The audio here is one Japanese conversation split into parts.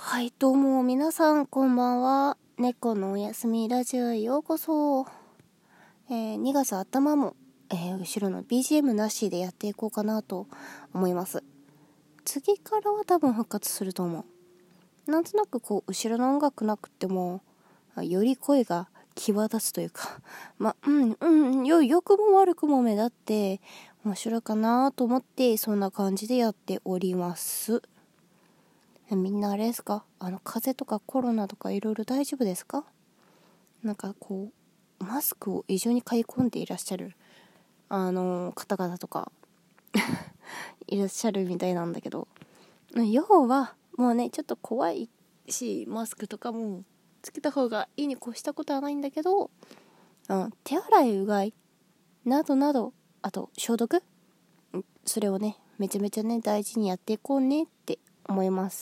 はい、どうも皆さんこんばんは。猫のおやすみラジオへようこそ。2月頭も、後ろの BGM なしでやっていこうかなと思います。次からは多分復活すると思う。なんとなく後ろの音楽なくてもより声が際立つというか良くも悪くも目立って面白いかなと思って、そんな感じでやっております。みんなあれですか？風邪とかコロナとかいろいろ大丈夫ですか？マスクを異常に買い込んでいらっしゃる方々とかいらっしゃるみたいなんだけど、要はもうね、ちょっと怖いし、マスクとかもつけた方がいいに越したことはないんだけど、手洗いうがいなどなど、あと消毒、それをねめちゃめちゃね大事にやっていこうねって思います。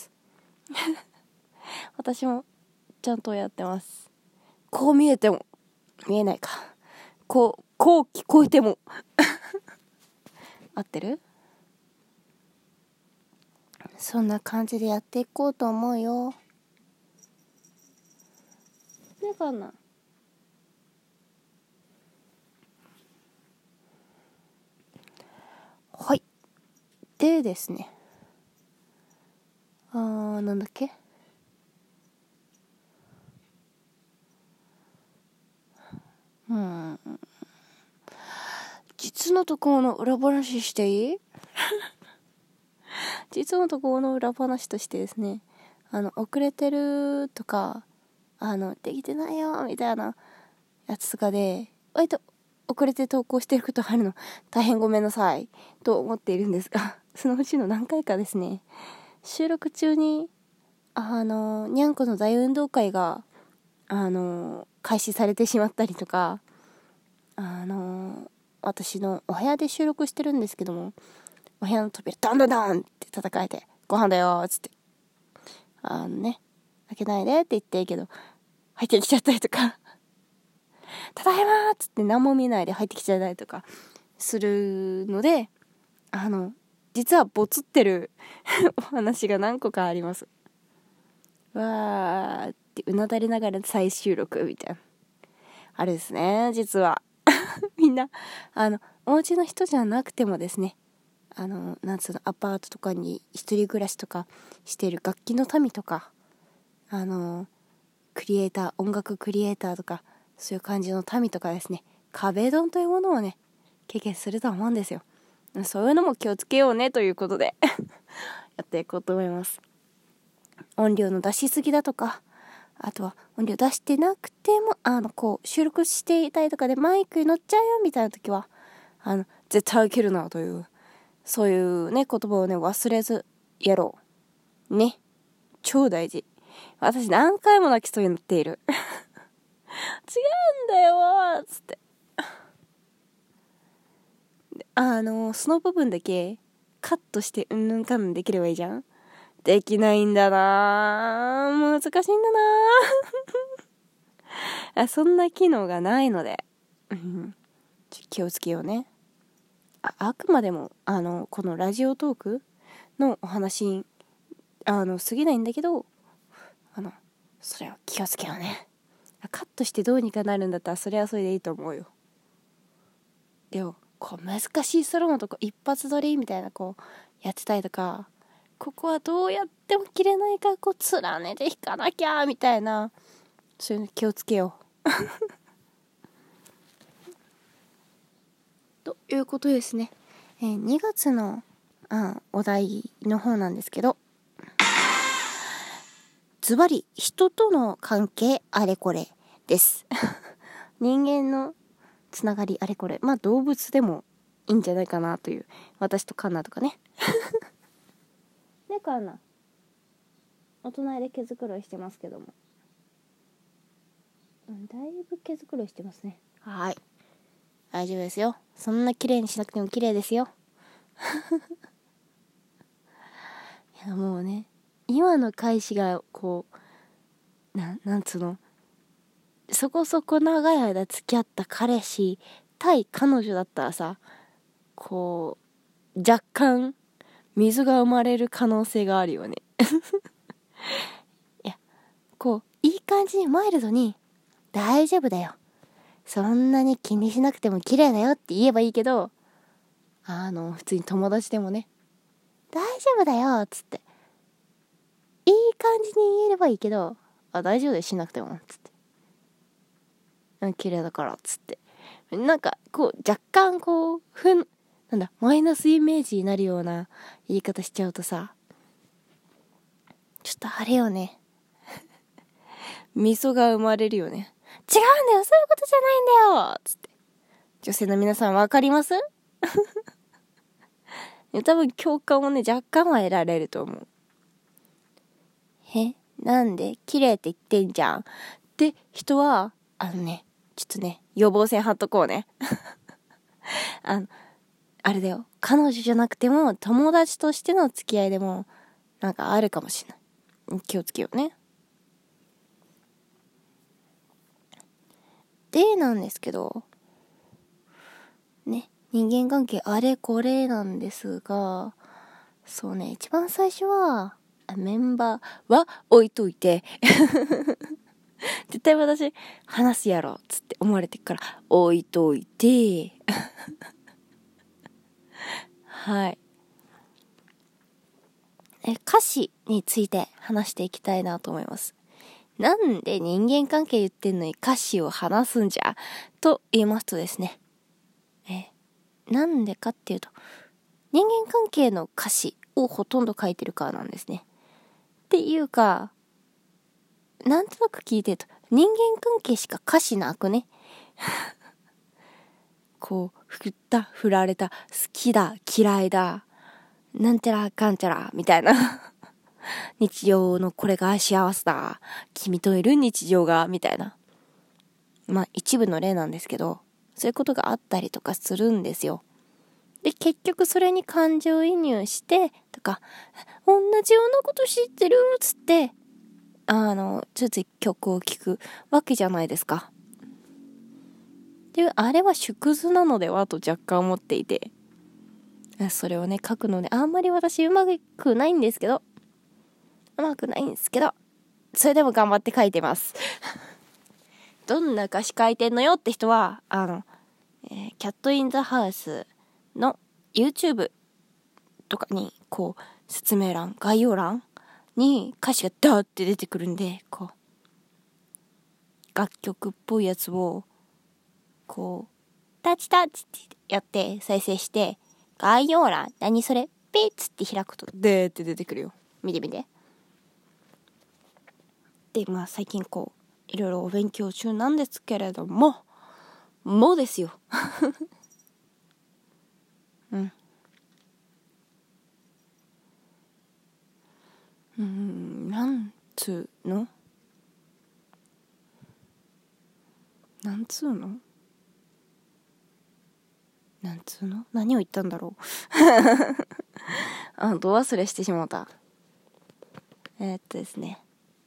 私もちゃんとやってます。こう見えても見えないか、こう聞こえても合ってる？そんな感じでやっていこうと思うよ。ねえかな。はい。でですね、なんだっけ、実のところの裏話していい？実のところの裏話としてですね、遅れてるとか、できてないよみたいなやつとかで割と遅れて投稿してることがあるの、大変ごめんなさいと思っているんですが、そのうちの何回かですね、収録中ににゃんこの大運動会が開始されてしまったりとか、私のお部屋で収録してるんですけども、お部屋の扉ダンダンダンって叩かれて、ご飯だよーっつって、開けないでって言ってるけど入ってきちゃったりとか、ただいまーっつって何も見ないで入ってきちゃったりとかするので、実はボツってるお話が何個かあります。わーってうなだれながら再収録みたいな、あれですね、実はみんなお家の人じゃなくてもですね、アパートとかに一人暮らしとかしている楽器の民とか、クリエイター、音楽クリエイターとか、そういう感じの民とかですね、壁ドンというものをね経験すると思うんですよ。そういうのも気をつけようねということでやっていこうと思います。音量の出しすぎだとか、あとは音量出してなくても収録していたりとかでマイクに乗っちゃうよみたいな時は絶対受けるなという、そういうね言葉をね忘れずやろうね。超大事。私何回も泣きそうになっている違うんだよーっつって、その部分だけカットしてうんぬんかんぬんできればいいじゃん。できないんだなー、難しいんだなーそんな機能がないので気をつけようね。あくまでもこのラジオトークのお話過ぎないんだけど、それは気をつけようね。カットしてどうにかなるんだったらそれはそれでいいと思うよ。でも難しいソロのとこ一発撮りみたいなやってたりとか、ここはどうやっても切れないから連ねて弾かなきゃみたいな、そういうの気をつけようということですね。2月の、お題の方なんですけど、ズバリ人との関係あれこれです人間のつながりあれこれ、動物でもいいんじゃないかなという、私とカンナとかねね、カンナお隣で毛づくろいしてますけども、だいぶ毛づくろいしてますね。はい、大丈夫ですよ。そんな綺麗にしなくても綺麗ですよいやもうね、今の彼氏がなんつうの、そこそこ長い間付き合った彼氏対彼女だったらさ、若干溝が生まれる可能性があるよねこういい感じにマイルドに大丈夫だよ、そんなに気にしなくても綺麗だよって言えばいいけど、普通に友達でもね、大丈夫だよっつっていい感じに言えればいいけど、大丈夫でしなくてもっつって、綺麗だからっつって、なんかこう若干こうマイナスイメージになるような言い方しちゃうとさ、ちょっとあれよね溝が生まれるよね。違うんだよ、そういうことじゃないんだよつって。女性の皆さんわかります多分共感をね若干は得られると思う。なんで綺麗って言ってんじゃんって人はちょっとね予防線張っとこうねあれだよ、彼女じゃなくても友達としての付き合いでもなんかあるかもしれない。気をつけようね。でなんですけどね、人間関係あれこれなんですが、そうね、一番最初はメンバーは置いといて絶対私話すやろっつって思われてから置いといてはい歌詞について話していきたいなと思います。なんで人間関係言ってんのに歌詞を話すんじゃと言いますとですね、なんでかっていうと、人間関係の歌詞をほとんど書いてるからなんですね。っていうか、なんとなく聞いてると人間関係しか歌詞なくねこう振った振られた好きだ嫌いだなんちゃらかんちゃらみたいな日常のこれが幸せだ君といる日常がみたいな、一部の例なんですけど、そういうことがあったりとかするんですよ。で結局それに感情移入してとか、同じようなこと知ってるっつってついつい曲を聴くわけじゃないですか。であれは縮図なのではと若干思っていて、それをね書くのであんまり私うまくないんですけど、それでも頑張って書いてますどんな歌詞書いてんのよって人はキャットインザハウスの YouTube とかにこう説明欄概要欄に歌詞がダーって出てくるんで、こう楽曲っぽいやつをこうタッチってやって再生して概要欄何それピッつって開くとデーって出てくるよ。見てみて。で最近こういろいろお勉強中なんですけれどもですよなんつうの何を言ったんだろうど忘れしてしまった。ですね、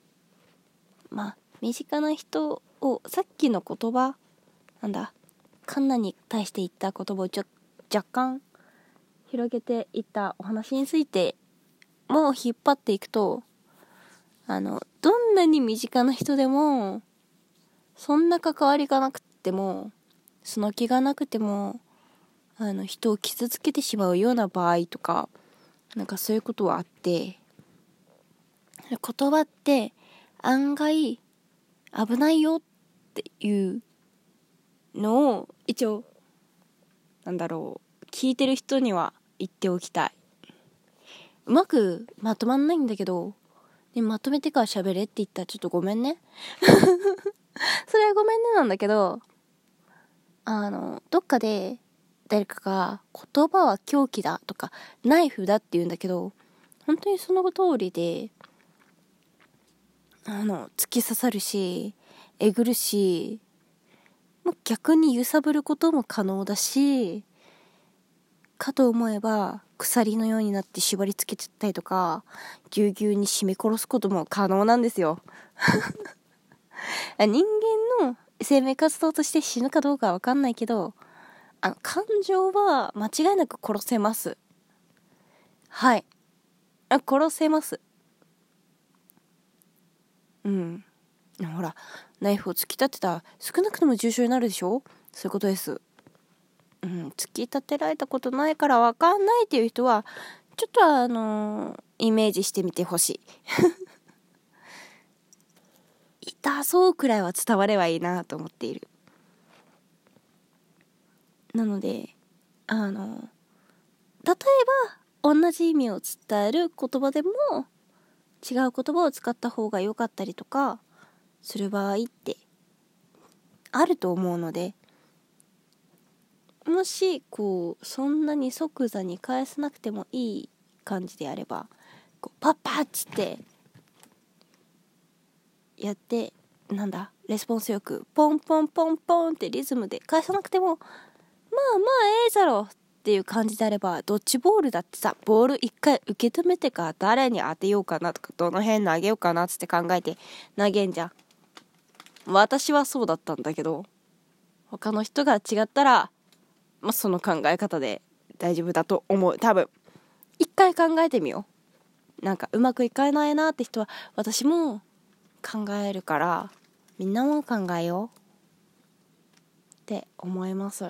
身近な人をさっきの言葉カンナに対して言った言葉を若干広げていったお話についても引っ張っていくと、どんなに身近な人でもそんな関わりがなくてもその気がなくても人を傷つけてしまうような場合とかそういうことはあって、言葉って案外危ないよっていうのを一応聞いてる人には言っておきたい。うまくまとまんないんだけど、まとめてから喋れって言ったらちょっとごめんねそれはごめんねなんだけど、どっかで誰かが言葉は凶器だとかナイフだって言うんだけど、本当にその通りで突き刺さるしえぐるし、逆に揺さぶることも可能だし、かと思えば鎖のようになって縛り付けちゃったりとかぎゅうぎゅうに絞め殺すことも可能なんですよ人間の生命活動として死ぬかどうかは分かんないけど、感情は間違いなく殺せます。はい、殺せます。 ほら、ナイフを突き立てたら少なくとも重傷になるでしょ。そういうことです。突き立てられたことないからわかんないっていう人はちょっとイメージしてみてほしい痛そうくらいは伝わればいいなと思っている。なので例えば同じ意味を伝える言葉でも違う言葉を使った方が良かったりとかする場合ってあると思うので、もしそんなに即座に返さなくてもいい感じであればパッパッつってやって、レスポンスよくポンポンポンポンってリズムで返さなくてもまあええじゃろっていう感じであれば、ドッジボールだってさ、ボール一回受け止めてから誰に当てようかなとかどの辺投げようかなって考えて投げんじゃん。私はそうだったんだけど、他の人が違ったらその考え方で大丈夫だと思う。多分一回考えてみよう。うまくいかないなって人は私も考えるから、みんなも考えようって思います。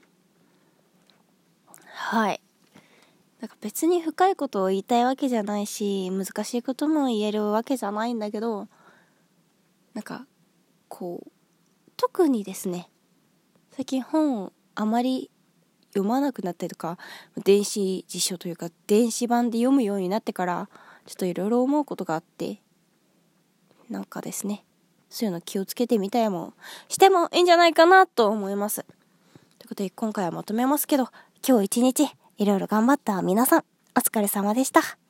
はい。別に深いことを言いたいわけじゃないし、難しいことも言えるわけじゃないんだけど、特にですね、最近本をあまり読まなくなったりとか、電子辞書というか電子版で読むようになってからちょっといろいろ思うことがあって、ですね、そういうの気をつけてみたりもしてもいいんじゃないかなと思います。ということで今回はまとめますけど、今日一日いろいろ頑張った皆さんお疲れ様でした。